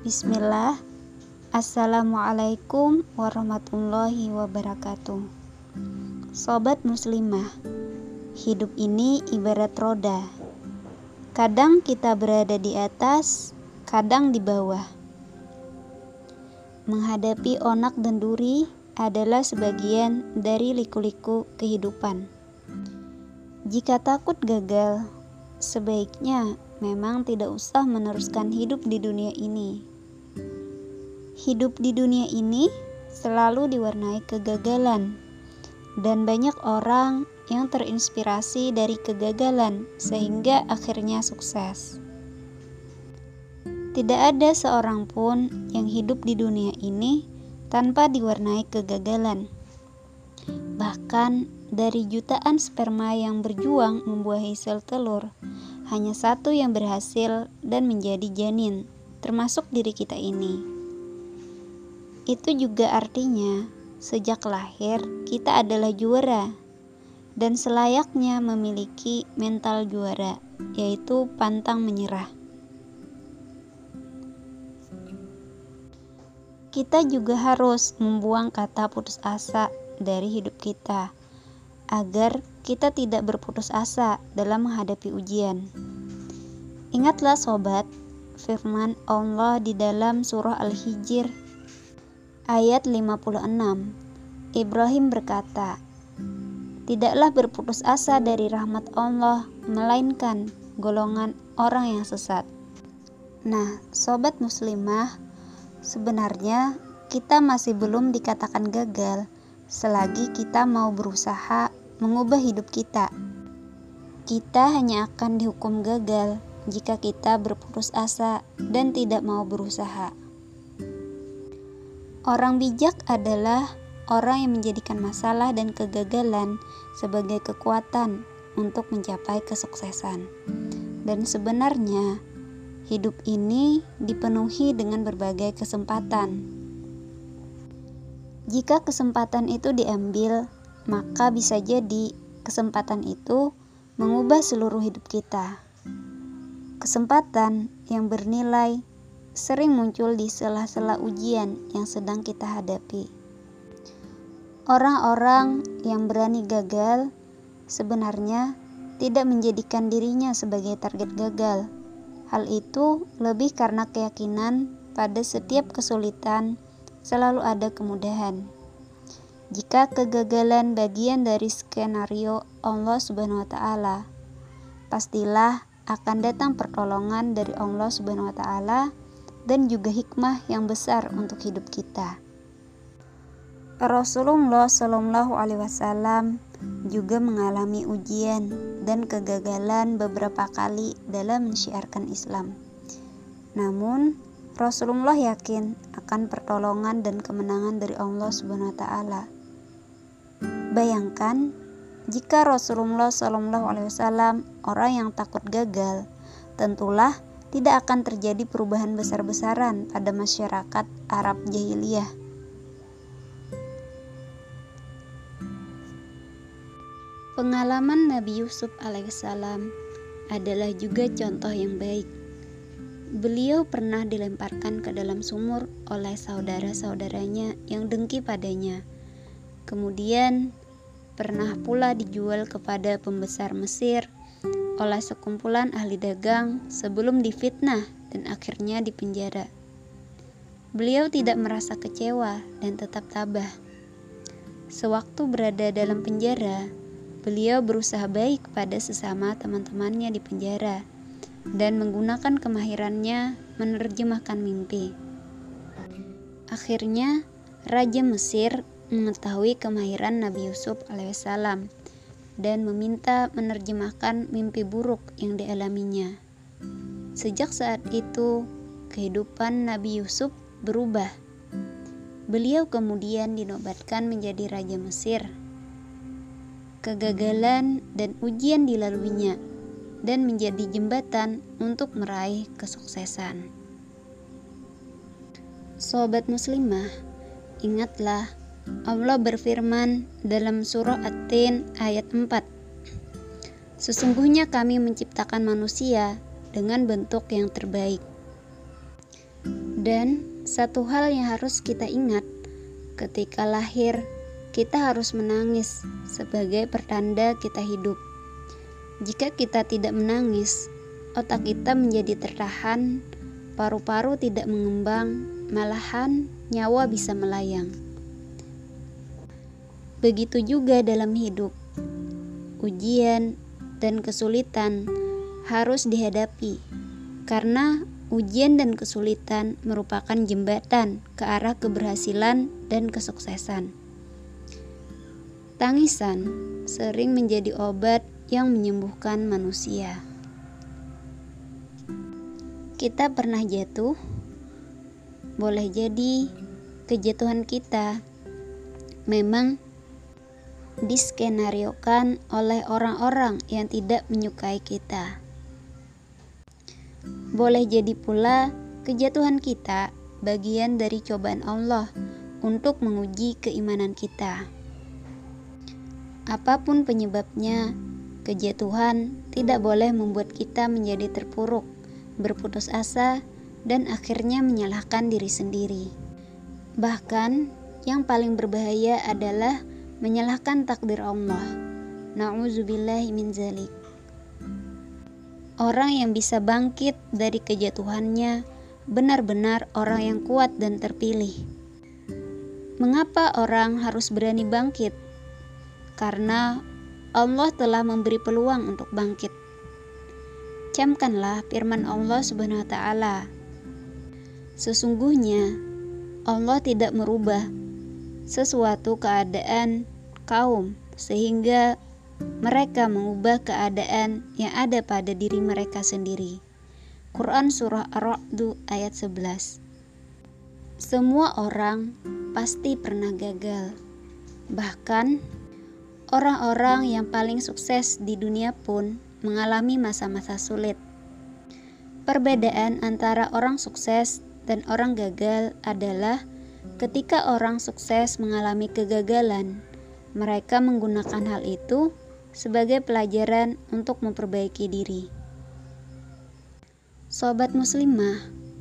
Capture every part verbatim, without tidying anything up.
Bismillah. Assalamualaikum warahmatullahi wabarakatuh. Sobat muslimah, hidup ini ibarat roda. Kadang kita berada di atas, kadang di bawah. Menghadapi onak dan duri adalah sebagian dari liku-liku kehidupan. Jika takut gagal, sebaiknya memang tidak usah meneruskan hidup di dunia ini. Hidup di dunia ini selalu diwarnai kegagalan, dan banyak orang yang terinspirasi dari kegagalan sehingga akhirnya sukses. Tidak ada seorang pun yang hidup di dunia ini tanpa diwarnai kegagalan. Bahkan dari jutaan sperma yang berjuang membuahi sel telur, hanya satu yang berhasil dan menjadi janin, termasuk diri kita ini. Itu juga artinya, sejak lahir kita adalah juara, dan selayaknya memiliki mental juara, yaitu pantang menyerah. Kita juga harus membuang kata putus asa dari hidup kita, agar kita tidak berputus asa dalam menghadapi ujian. Ingatlah sobat, firman Allah di dalam surah Al-Hijr ayat lima puluh enam. Ibrahim berkata, "Tidaklah berputus asa dari rahmat Allah, melainkan golongan orang yang sesat." Nah, sobat muslimah, sebenarnya kita masih belum dikatakan gagal selagi kita mau berusaha mengubah hidup kita. Kita hanya akan dihukum gagal jika kita berputus asa dan tidak mau berusaha. Orang bijak adalah orang yang menjadikan masalah dan kegagalan sebagai kekuatan untuk mencapai kesuksesan. Dan sebenarnya, hidup ini dipenuhi dengan berbagai kesempatan. Jika kesempatan itu diambil, maka bisa jadi kesempatan itu mengubah seluruh hidup kita. Kesempatan yang bernilai sering muncul di sela-sela ujian yang sedang kita hadapi. Orang-orang yang berani gagal sebenarnya tidak menjadikan dirinya sebagai target gagal. Hal itu lebih karena keyakinan pada setiap kesulitan selalu ada kemudahan. Jika kegagalan bagian dari skenario Allah Subhanahu wa taala, pastilah akan datang pertolongan dari Allah Subhanahu wa taala dan juga hikmah yang besar untuk hidup kita. Rasulullah Shallallahu alaihi wasallam juga mengalami ujian dan kegagalan beberapa kali dalam mensyiarkan Islam. Namun, Rasulullah yakin akan pertolongan dan kemenangan dari Allah Subhanahu wa taala. Bayangkan jika Rasulullah Shallallahu alaihi wasallam orang yang takut gagal, tentulah tidak akan terjadi perubahan besar-besaran pada masyarakat Arab jahiliyah. Pengalaman Nabi Yusuf alaihissalam adalah juga contoh yang baik. Beliau pernah dilemparkan ke dalam sumur oleh saudara-saudaranya yang dengki padanya. Kemudian pernah pula dijual kepada pembesar Mesir oleh sekumpulan ahli dagang sebelum difitnah dan akhirnya dipenjara. Beliau tidak merasa kecewa dan tetap tabah. Sewaktu berada dalam penjara, beliau berusaha baik pada sesama teman-temannya di penjara dan menggunakan kemahirannya menerjemahkan mimpi. Akhirnya, Raja Mesir mengetahui kemahiran Nabi Yusuf alaihissalam dan meminta menerjemahkan mimpi buruk yang dialaminya. Sejak saat itu, kehidupan Nabi Yusuf berubah. Beliau kemudian dinobatkan menjadi Raja Mesir. Kegagalan dan ujian dilaluinya dan menjadi jembatan untuk meraih kesuksesan. Sobat muslimah, ingatlah Allah berfirman dalam surah At-Tin ayat empat. Sesungguhnya kami menciptakan manusia dengan bentuk yang terbaik. Dan satu hal yang harus kita ingat, ketika lahir kita harus menangis sebagai pertanda kita hidup. Jika kita tidak menangis, otak kita menjadi tertahan, paru-paru tidak mengembang, malahan nyawa bisa melayang. Begitu juga dalam hidup, ujian dan kesulitan harus dihadapi, karena ujian dan kesulitan merupakan jembatan ke arah keberhasilan dan kesuksesan. Tangisan sering menjadi obat yang menyembuhkan manusia. Kita pernah jatuh, boleh jadi kejatuhan kita memang diskenariokan oleh orang-orang yang tidak menyukai kita. Boleh jadi pula kejatuhan kita bagian dari cobaan Allah untuk menguji keimanan kita. Apapun penyebabnya, kejatuhan tidak boleh membuat kita menjadi terpuruk, berputus asa, dan akhirnya menyalahkan diri sendiri. Bahkan, yang paling berbahaya adalah menyalahkan takdir Allah. Na'udzubillahi min dzalik. Orang yang bisa bangkit dari kejatuhannya benar-benar orang yang kuat dan terpilih. Mengapa orang harus berani bangkit? Karena Allah telah memberi peluang untuk bangkit. Camkanlah firman Allah Subhanahu wa taala. Sesungguhnya Allah tidak merubah sesuatu keadaan kaum sehingga mereka mengubah keadaan yang ada pada diri mereka sendiri. Quran Surah Ar-Ra'd ayat sebelas. Semua orang pasti pernah gagal. Bahkan orang-orang yang paling sukses di dunia pun mengalami masa-masa sulit. Perbedaan antara orang sukses dan orang gagal adalah ketika orang sukses mengalami kegagalan, mereka menggunakan hal itu sebagai pelajaran untuk memperbaiki diri. Sobat muslimah,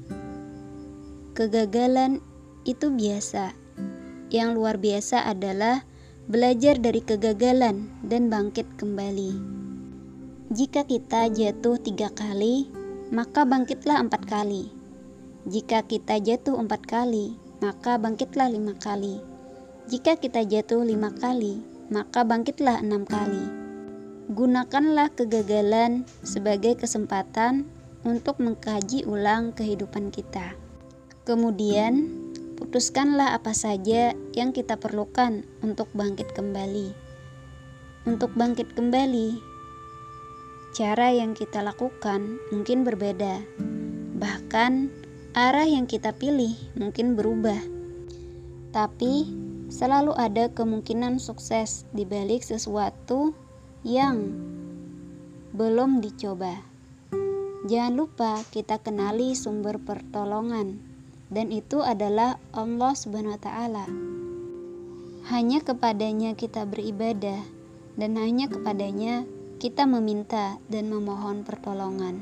kegagalan itu biasa. Yang luar biasa adalah belajar dari kegagalan dan bangkit kembali. Jika kita jatuh tiga kali, maka bangkitlah empat kali. Jika kita jatuh empat kali, maka bangkitlah lima kali. Jika kita jatuh lima kali, maka bangkitlah enam kali. Gunakanlah kegagalan sebagai kesempatan untuk mengkaji ulang kehidupan kita. Kemudian, putuskanlah apa saja yang kita perlukan untuk bangkit kembali. Untuk bangkit kembali, cara yang kita lakukan mungkin berbeda. Bahkan, arah yang kita pilih mungkin berubah. Tapi, selalu ada kemungkinan sukses di balik sesuatu yang belum dicoba. Jangan lupa kita kenali sumber pertolongan. Dan itu adalah Allah Subhanahu wa taala. Hanya kepadanya kita beribadah, dan hanya kepadanya kita meminta dan memohon pertolongan.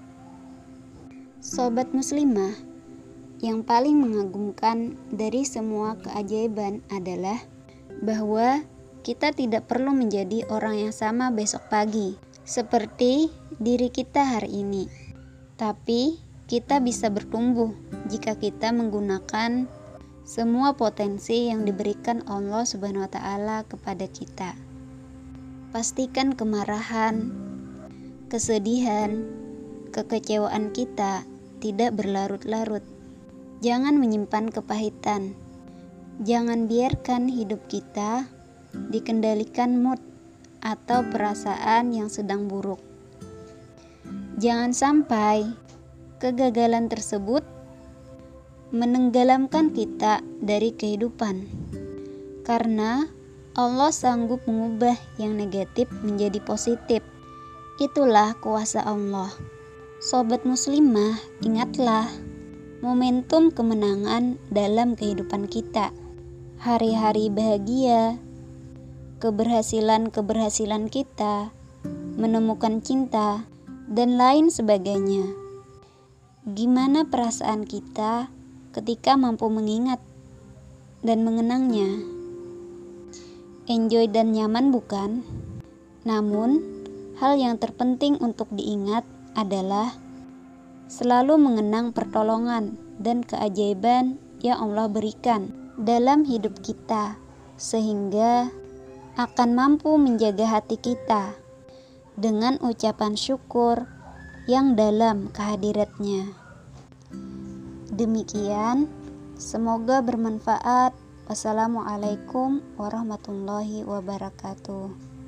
Sobat muslimah, yang paling mengagumkan dari semua keajaiban adalah bahwa kita tidak perlu menjadi orang yang sama besok pagi, seperti diri kita hari ini. Tapi kita bisa bertumbuh jika kita menggunakan semua potensi yang diberikan Allah Subhanahu wa taala kepada kita. Pastikan kemarahan, kesedihan, kekecewaan kita tidak berlarut-larut. Jangan menyimpan kepahitan. Jangan biarkan hidup kita dikendalikan mood atau perasaan yang sedang buruk. Jangan sampai kegagalan tersebut menenggelamkan kita dari kehidupan, karena Allah sanggup mengubah yang negatif menjadi positif. Itulah kuasa Allah. Sobat muslimah, ingatlah momentum kemenangan dalam kehidupan kita. Hari-hari bahagia, keberhasilan-keberhasilan kita, menemukan cinta, dan lain sebagainya. Gimana perasaan kita ketika mampu mengingat dan mengenangnya. Enjoy dan nyaman bukan? Namun, hal yang terpenting untuk diingat adalah selalu mengenang pertolongan dan keajaiban yang Allah berikan dalam hidup kita, sehingga akan mampu menjaga hati kita dengan ucapan syukur yang dalam kehadiratnya. Demikian, semoga bermanfaat. Wassalamualaikum warahmatullahi wabarakatuh.